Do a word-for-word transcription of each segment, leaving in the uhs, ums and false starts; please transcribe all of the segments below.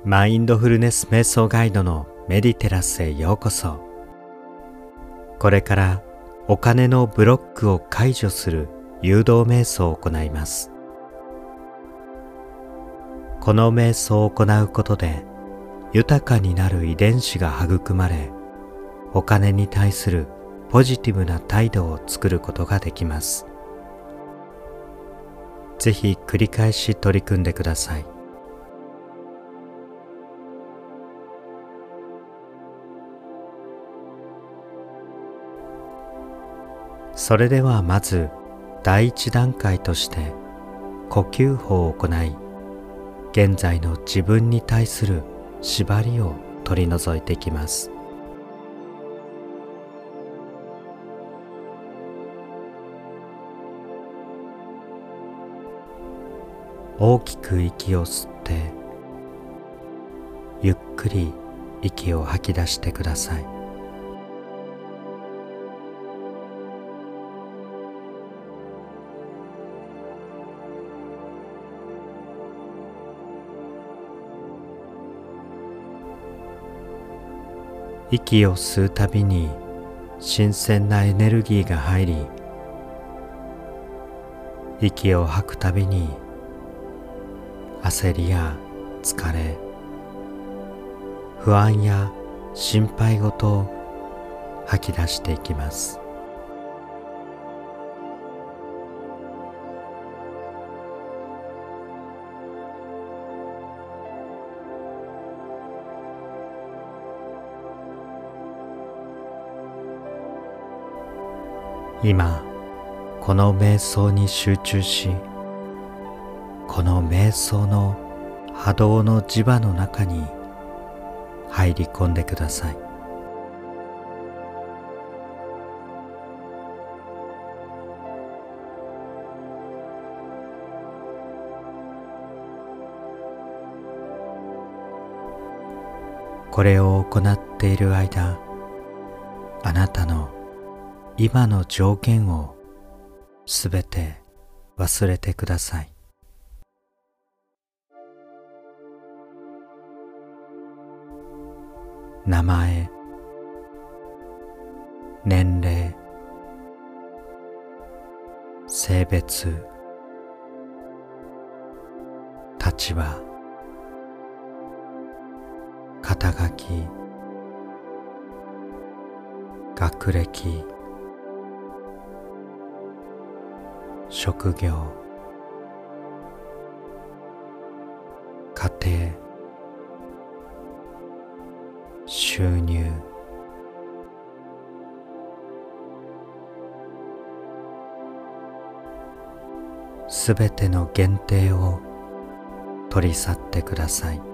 マインドフルネス瞑想ガイドのメディテラスへようこそ。これからお金のブロックを解除する誘導瞑想を行います。この瞑想を行うことで豊かになる遺伝子が育まれ、お金に対するポジティブな態度を作ることができます。ぜひ繰り返し取り組んでください。それではまず第一段階として呼吸法を行い、現在の自分に対する縛りを取り除いていきます。大きく息を吸ってゆっくり息を吐き出してください。息を吸うたびに新鮮なエネルギーが入り、息を吐くたびに焦りや疲れ、不安や心配事を吐き出していきます。今この瞑想に集中し、この瞑想の波動の磁場の中に入り込んでください。これを行っている間、あなたの今の条件をすべて忘れてください。名前、年齢、性別、立場、肩書き、学歴、職業、家庭、収入、すべての限定を取り去ってください。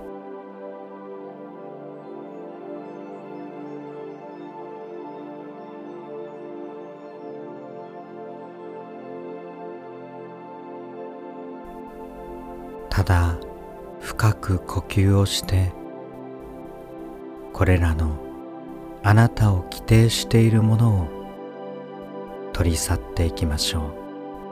ただ深く呼吸をして、これらのあなたを規定しているものを取り去っていきましょう。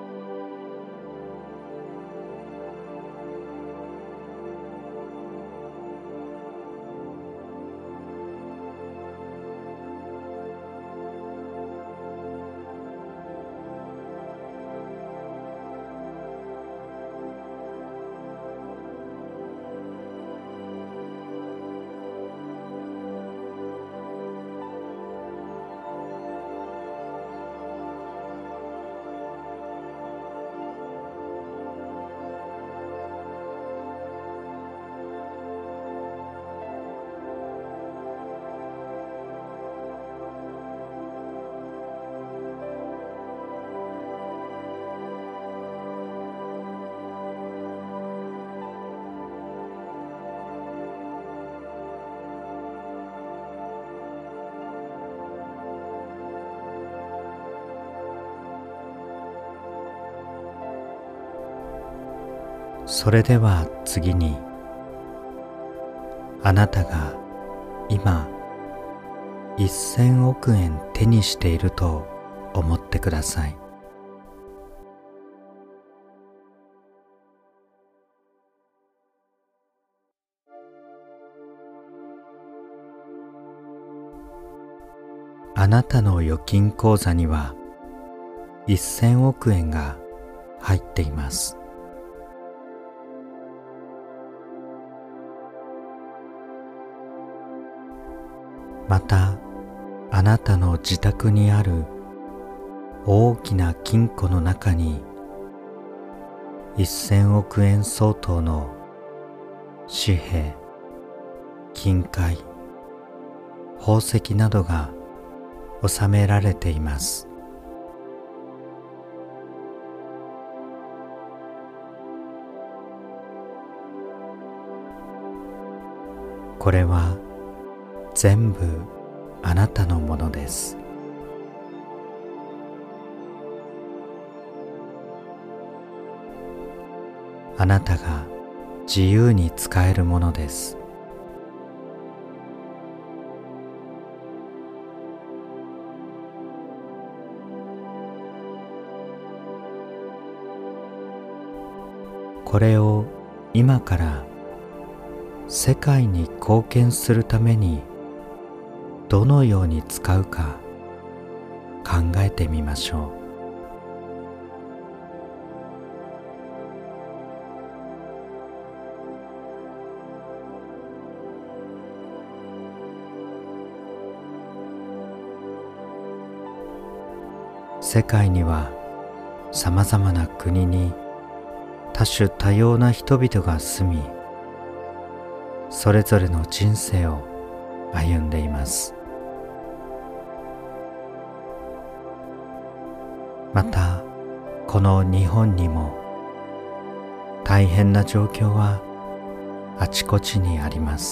それでは次に、あなたが今せんおくえん手にしていると思ってください。 あなたの預金口座にはせんおくえんが入っています。また、あなたの自宅にある大きな金庫の中にせんおくえん相当の紙幣、金塊、宝石などが収められています。これは全部あなたのものです。あなたが自由に使えるものです。これを今から世界に貢献するためにどのように使うか考えてみましょう。世界にはさまざまな国に多種多様な人々が住み、それぞれの人生を歩んでいます。また、この日本にも大変な状況はあちこちにあります。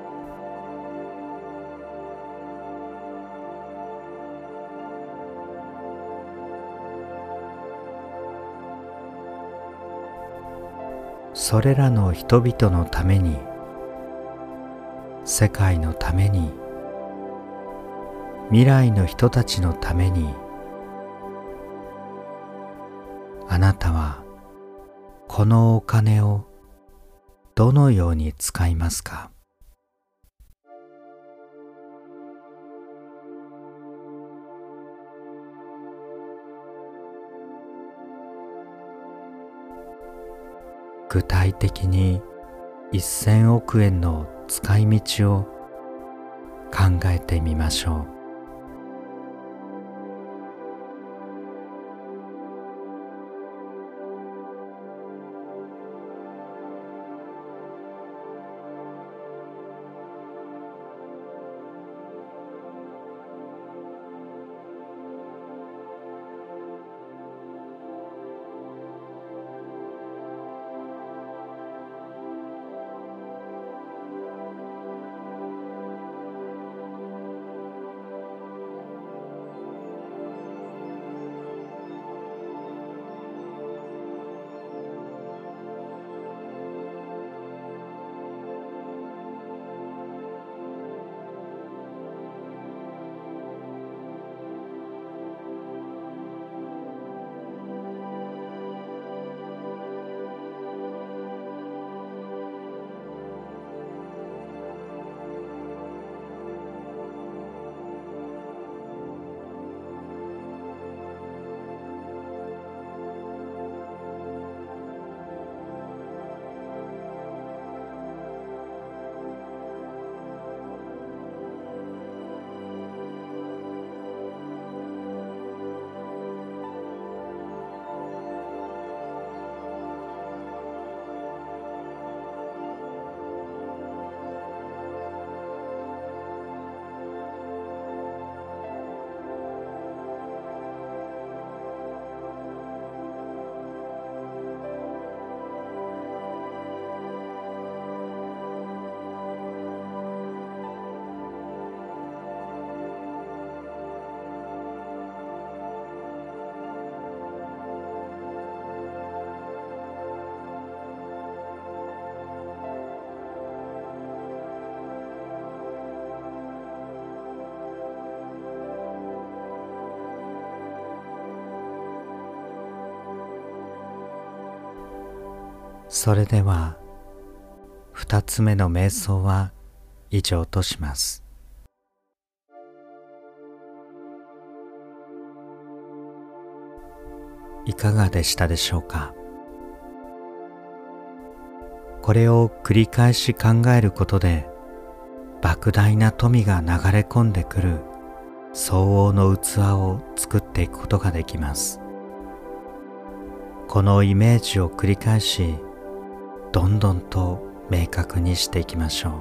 それらの人々のために、世界のために、未来の人たちのために、あなたはこのお金をどのように使いますか？具体的にせんおくえんの使い道を考えてみましょう。それでは二つ目の瞑想は以上とします。 いかがでしたでしょうか。これを繰り返し考えることで、莫大な富が流れ込んでくる相応の器を作っていくことができます。このイメージを繰り返し、どんどんと明確にしていきましょう。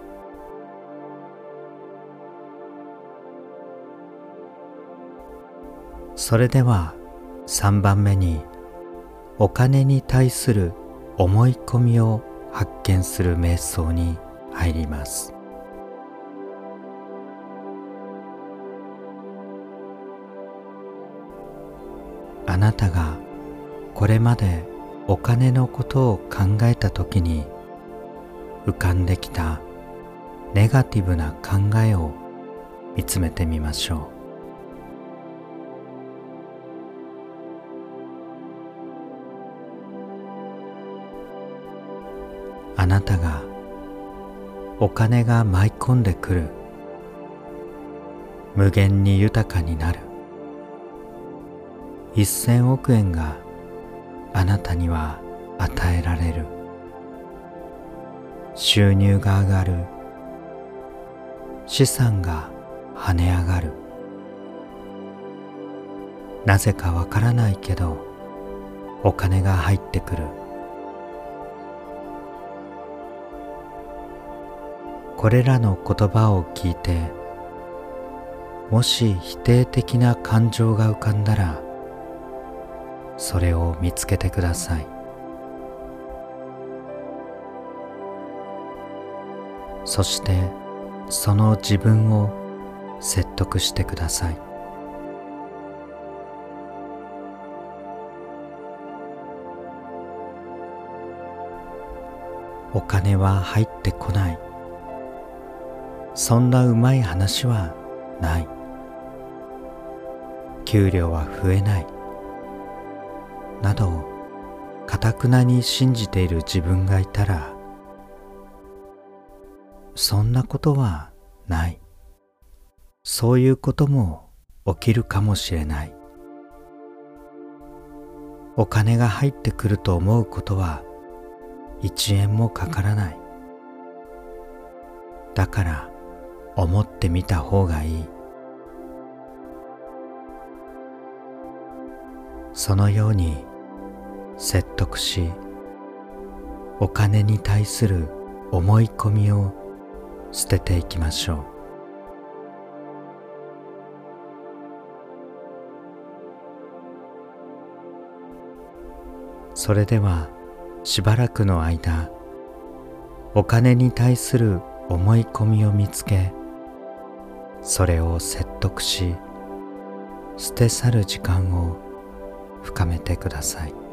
それではさんばんめに、お金に対する思い込みを発見する瞑想に入ります。あなたがこれまでお金のことを考えたときに浮かんできたネガティブな考えを見つめてみましょう。あなたがお金が舞い込んでくる、無限に豊かになる、一千億円があなたには与えられる、収入が上がる、資産が跳ね上がる、なぜかわからないけどお金が入ってくる。これらの言葉を聞いて、もし否定的な感情が浮かんだら、それを見つけてください。そしてその自分を説得してください。お金は入ってこない。そんなうまい話はない。給料は増えない。など、頑なに信じている自分がいたら、そんなことはない。そういうことも起きるかもしれない。お金が入ってくると思うことはいちえんもかからない。だから思ってみた方がいい。そのように説得し、お金に対する思い込みを捨てていきましょう。それではしばらくの間、お金に対する思い込みを見つけ、それを説得し、捨て去る時間を深めてください。